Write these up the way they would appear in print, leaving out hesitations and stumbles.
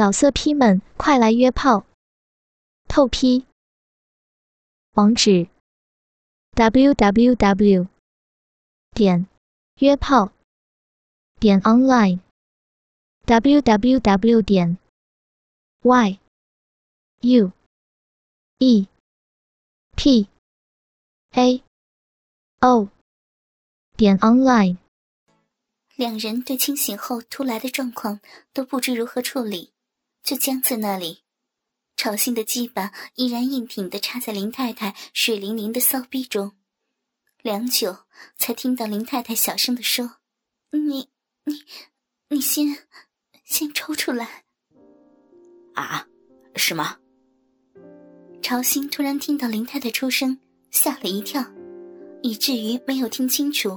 老色批们，快来约炮！透批。网址 www.约炮.online www.yuepao.online。 两人对清醒后突来的状况都不知如何处理，就僵在那里。潮兴的鸡巴依然硬挺地插在林太太水灵灵的骚逼中，良久才听到林太太小声地说：“你先抽出来。” 啊，是吗？ 潮兴突然听到林太太出声，吓了一跳，以至于没有听清楚。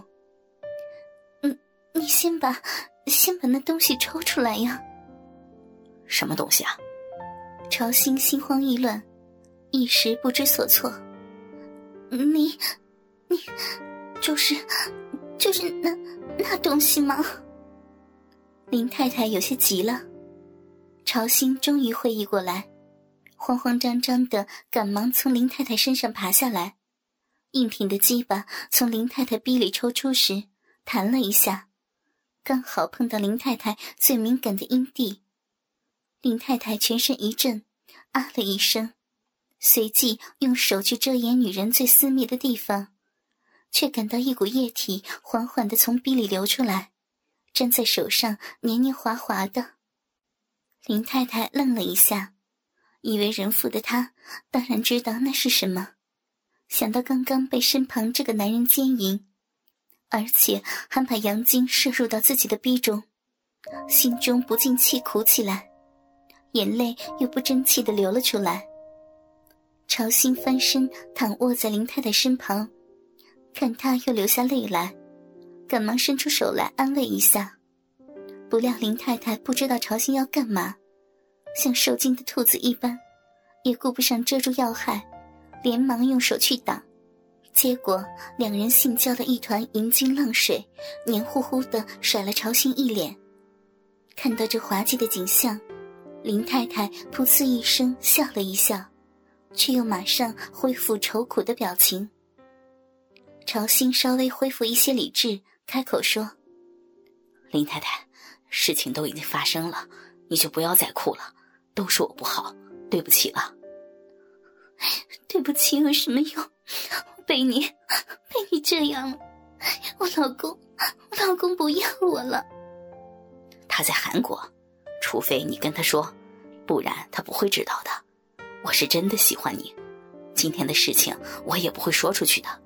你先把那东西抽出来呀。 什么东西啊？ 潮兴心慌意乱，一时不知所措。你就是那东西吗？林太太有些急了。潮兴终于会意过来，慌慌张张的赶忙从林太太身上爬下来，硬挺的鸡巴从林太太逼里抽出时弹了一下，刚好碰到林太太最敏感的阴蒂。林太太全身一震，啊了一声，随即用手去遮掩女人最私密的地方，却感到一股液体缓缓地从逼里流出来，粘在手上黏黏滑滑的。林太太愣了一下，以为人妇的她当然知道那是什么，想到刚刚被身旁这个男人奸淫，而且还把阳精射入到自己的逼中，心中不禁气苦起来，眼泪又不争气地流了出来。潮兴翻身躺卧在林太太身旁，看她又流下泪来，赶忙伸出手来安慰一下。不料林太太不知道潮兴要干嘛，像受惊的兔子一般，也顾不上遮住要害，连忙用手去挡。结果两人性交的一团银金浪水黏糊糊地甩了潮兴一脸。看到这滑稽的景象，林太太噗呲一声笑了一笑，却又马上恢复愁苦的表情。潮兴稍微恢复一些理智，开口说：“ 林太太，事情都已经发生了，你就不要再哭了，都是我不好，对不起了。”“ 对不起有什么用？我被你这样了，我老公不要我了。”“ 他在韩国，除非你跟他说，不然他不会知道的。我是真的喜欢你，今天的事情我也不会说出去的。”“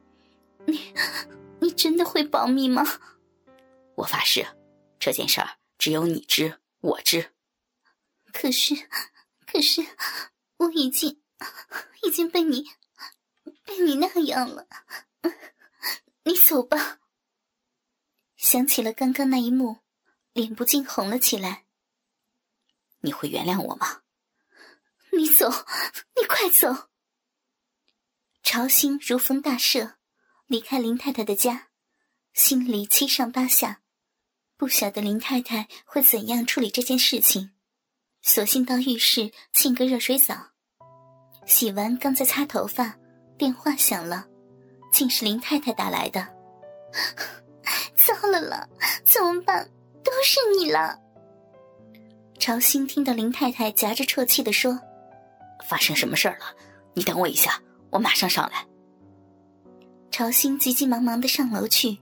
你真的会保密吗？”“ 我发誓，这件事儿只有你知，我知。”“ 可是我已经被你那样了，你走吧。”想起了刚刚那一幕，脸不禁红了起来。 “你会原谅我吗？”“ 你走，你快走。”潮兴如逢大赦，离开林太太的家，心里七上八下，不晓得林太太会怎样处理这件事情，索性到浴室浸个热水澡。洗完刚在擦头发，电话响了，竟是林太太打来的。“糟了，怎么办？都是你了。”潮兴听到林太太夹着啜泣地说：“ 发生什么事儿了？你等我一下，我马上上来。” 潮兴急急忙忙地上楼去。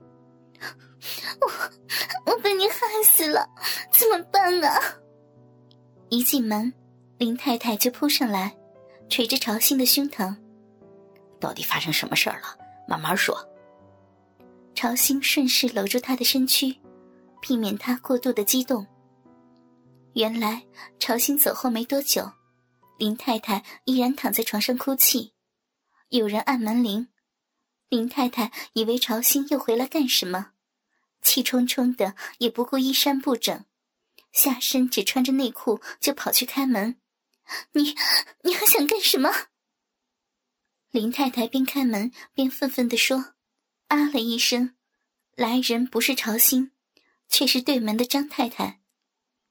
我被你害死了，怎么办啊？一进门，林太太就扑上来，捶着潮兴的胸膛。 “到底发生什么事儿了？慢慢说。” 潮兴顺势搂住她的身躯，避免她过度的激动。原来潮兴走后没多久，林太太依然躺在床上哭泣，有人按门铃。林太太以为潮兴又回来干什么，气冲冲的也不顾衣衫不整，下身只穿着内裤就跑去开门。你还想干什么？”林太太边开门边愤愤地说，啊了一声，来人不是潮兴，却是对门的张太太。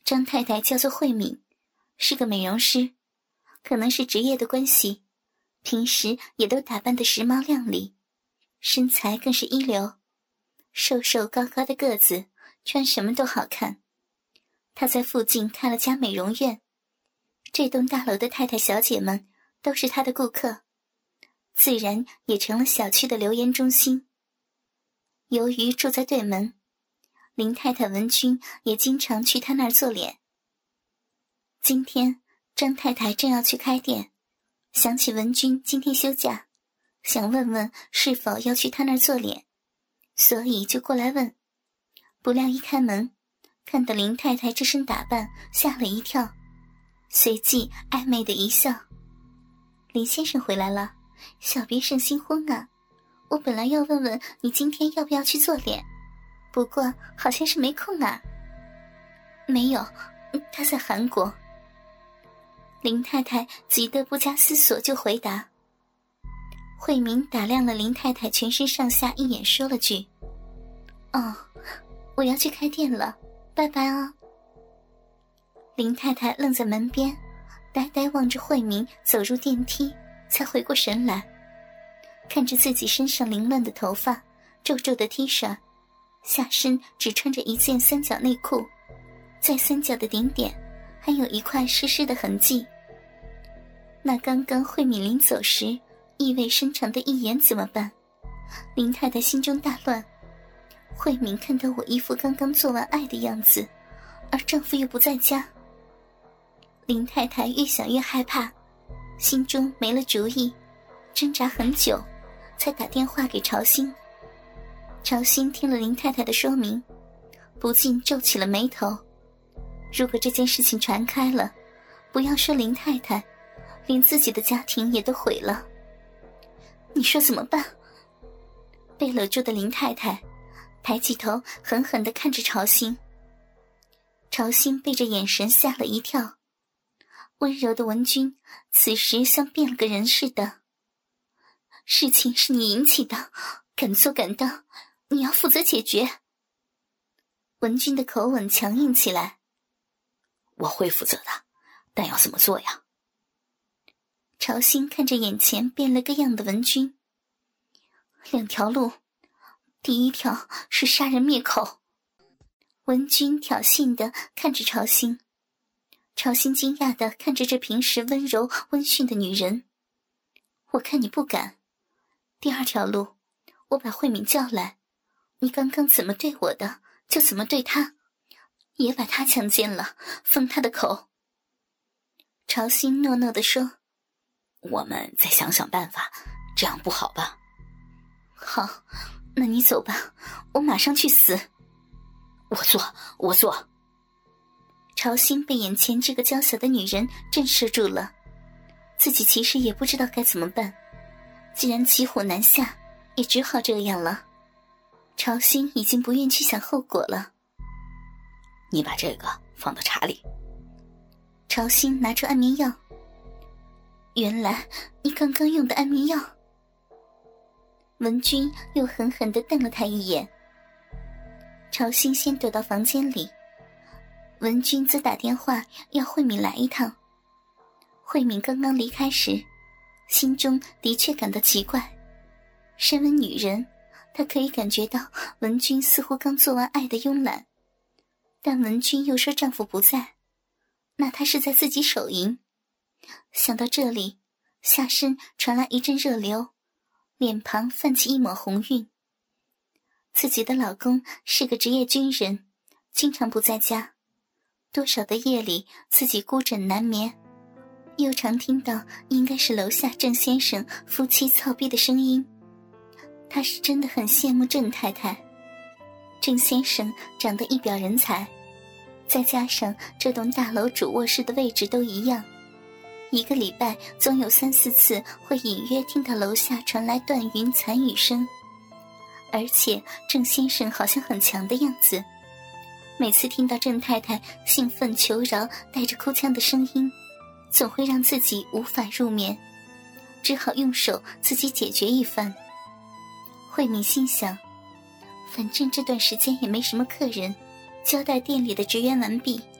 张太太叫做慧敏，是个美容师，可能是职业的关系，平时也都打扮得时髦靓丽，身材更是一流，瘦瘦高高的个子，穿什么都好看。她在附近开了家美容院，这栋大楼的太太小姐们都是她的顾客，自然也成了小区的流言中心。由于住在对门，林太太文君也经常去她那儿做脸。今天张太太正要去开店，想起文君今天休假，想问问是否要去她那儿做脸，所以就过来问。不料一开门，看到林太太这身打扮，吓了一跳，随即暧昧的一笑。林先生回来了，小别胜新婚啊，我本来要问问你今天要不要去做脸，不过好像是没空啊。没有，他在韩国。林太太急得不加思索就回答。慧明打量了林太太全身上下一眼，说了句：哦，我要去开店了，拜拜哦。林太太愣在门边，呆呆望着慧明走入电梯，才回过神来，看着自己身上凌乱的头发，皱皱的 T 恤，下身只穿着一件三角内裤，在三角的顶点还有一块湿湿的痕迹。那刚刚慧敏临走时意味深长的一眼怎么办？林太太心中大乱。慧敏看到我一副刚刚做完爱的样子，而丈夫又不在家。林太太越想越害怕，心中没了主意，挣扎很久，才打电话给朝兴。朝兴听了林太太的说明，不禁皱起了眉头。如果这件事情传开了，不要说林太太，连自己的家庭也都毁了。你说怎么办？被勒住的林太太抬起头狠狠地看着朝兴。朝兴被这眼神吓了一跳，温柔的文君此时像变了个人似的。事情是你引起的，敢做敢当，你要负责解决。文君的口吻强硬起来。 我会负责的，但要怎么做呀？ 朝兴看着眼前变了个样的文君。两条路，第一条是杀人灭口。文君挑衅地看着朝兴。朝兴惊讶地看着这平时温柔温驯的女人。我看你不敢。第二条路，我把慧敏叫来，你刚刚怎么对我的，就怎么对她，也把她强奸了，封她的口。朝兴诺诺地说。 我们再想想办法，这样不好吧？ 好，那你走吧，我马上去死。 我做。 朝兴被眼前这个娇小的女人震慑住了，自己其实也不知道该怎么办，既然骑虎难下，也只好这样了。朝兴已经不愿去想后果了。 你把这个放到茶里。 朝兴拿出安眠药。原来你刚刚用的安眠药。文君又狠狠地瞪了他一眼。朝兴先躲到房间里，文君则打电话要慧敏来一趟。慧敏刚刚离开时，心中的确感到奇怪。身为女人，她可以感觉到文君似乎刚做完爱的慵懒，但文君又说丈夫不在，那她是在自己手淫。想到这里，下身传来一阵热流，脸庞泛起一抹红晕。自己的老公是个职业军人，经常不在家，多少的夜里自己孤枕难眠，又常听到应该是楼下郑先生夫妻操逼的声音。他是真的很羡慕郑太太。郑先生长得一表人才，再加上这栋大楼主卧室的位置都一样，一个礼拜总有3-4次会隐约听到楼下传来断云残语声。而且郑先生好像很强的样子，每次听到郑太太兴奋求饶带着哭腔的声音，总会让自己无法入眠，只好用手自己解决一番。慧敏心想，反正这段时间也没什么客人，交代店里的职员完毕，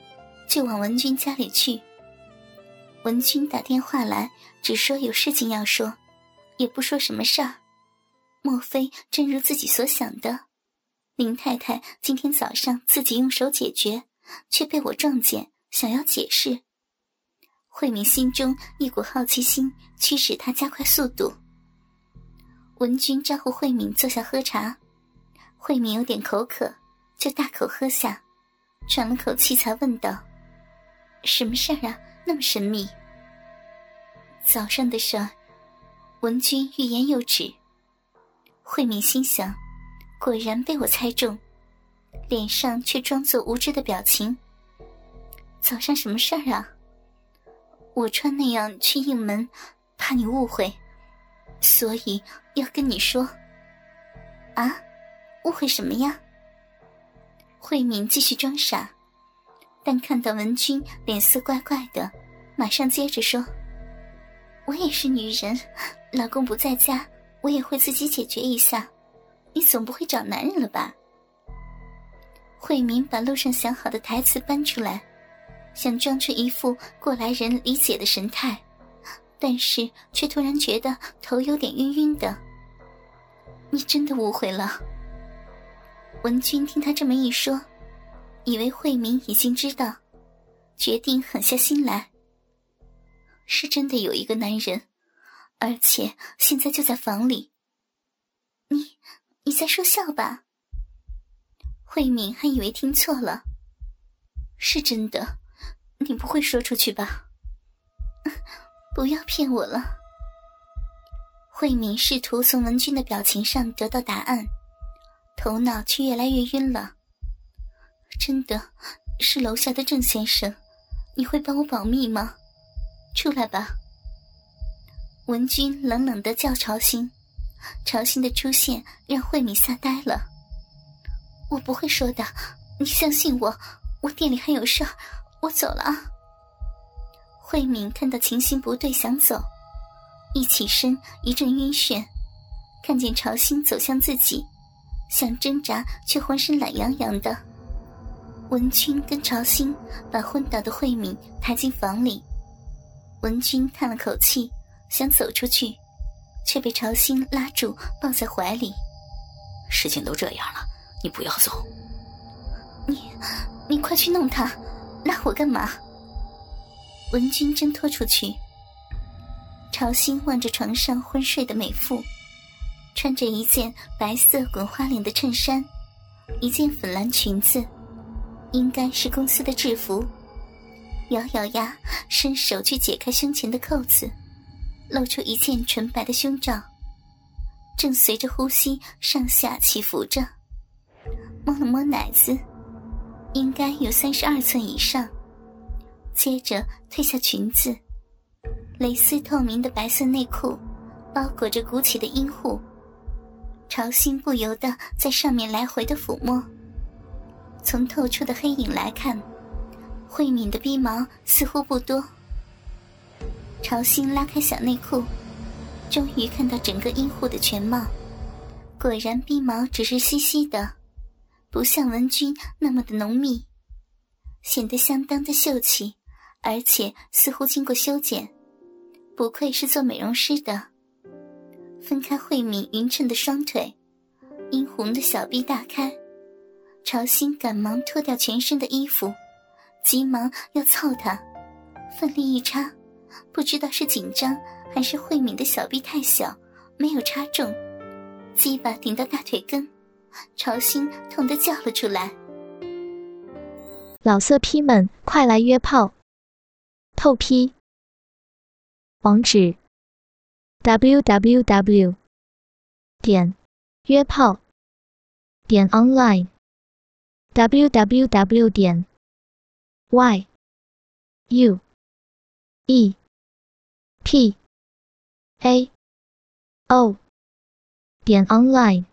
就往文君家里去。文君打电话来，只说有事情要说，也不说什么事儿。莫非正如自己所想的，林太太今天早上自己用手解决，却被我撞见，想要解释。慧敏心中一股好奇心驱使她加快速度。文君招呼慧敏坐下喝茶，慧敏有点口渴，就大口喝下，喘了口气才问道：什么事儿啊，那么神秘？早上的事儿，文君欲言又止。慧敏心想，果然被我猜中，脸上却装作无知的表情。早上什么事儿啊？我穿那样去应门，怕你误会，所以要跟你说。啊？误会什么呀？慧敏继续装傻，但看到文君脸色怪怪的，马上接着说：我也是女人，老公不在家，我也会自己解决一下，你总不会找男人了吧？慧敏把路上想好的台词搬出来，想装出一副过来人理解的神态，但是却突然觉得头有点晕晕的。你真的误会了。文君听他这么一说，以为慧敏已经知道，决定狠下心来。是真的有一个男人，而且现在就在房里。你在说笑吧？慧敏还以为听错了。是真的，你不会说出去吧？不要骗我了。慧敏试图从文君的表情上得到答案，头脑却越来越晕了。真的是楼下的郑先生，你会帮我保密吗？出来吧。文君冷冷地叫朝兴，朝兴的出现让慧敏吓呆了。我不会说的，你相信我，我店里还有事儿，我走了啊。慧敏看到情形不对想走，一起身一阵晕眩，看见朝兴走向自己，想挣扎却浑身懒洋洋的。文君跟朝兴把昏倒的慧敏抬进房里，文君叹了口气，想走出去，却被朝兴拉住抱在怀里。 事情都这样了，你不要走。 你快去弄他，拉我干嘛？文君挣脱出去。朝兴望着床上昏睡的美妇，穿着一件白色滚花领的衬衫，一件粉蓝裙子，应该是公司的制服。咬咬牙，伸手去解开胸前的扣子，露出一件纯白的胸罩，正随着呼吸上下起伏着。摸了摸奶子，应该有32寸以上，接着褪下裙子，蕾丝透明的白色内裤包裹着鼓起的阴户，朝兴不由得在上面来回的抚摸。从透出的黑影来看，慧敏的逼毛似乎不多。朝兴拉开小内裤，终于看到整个阴户的全貌，果然逼毛只是稀稀的，不像文君那么的浓密，显得相当的秀气，而且似乎经过修剪，不愧是做美容师的。分开慧敏匀称的双腿，殷红的小臂大开，朝兴赶忙脱掉全身的衣服，急忙要凑他，奋力一插，不知道是紧张还是慧敏的小臂太小没有插中，鸡巴顶到大腿根，朝兴痛得叫了出来。 老色批们快来约炮，透批网址 www.约炮online www.yuepao.online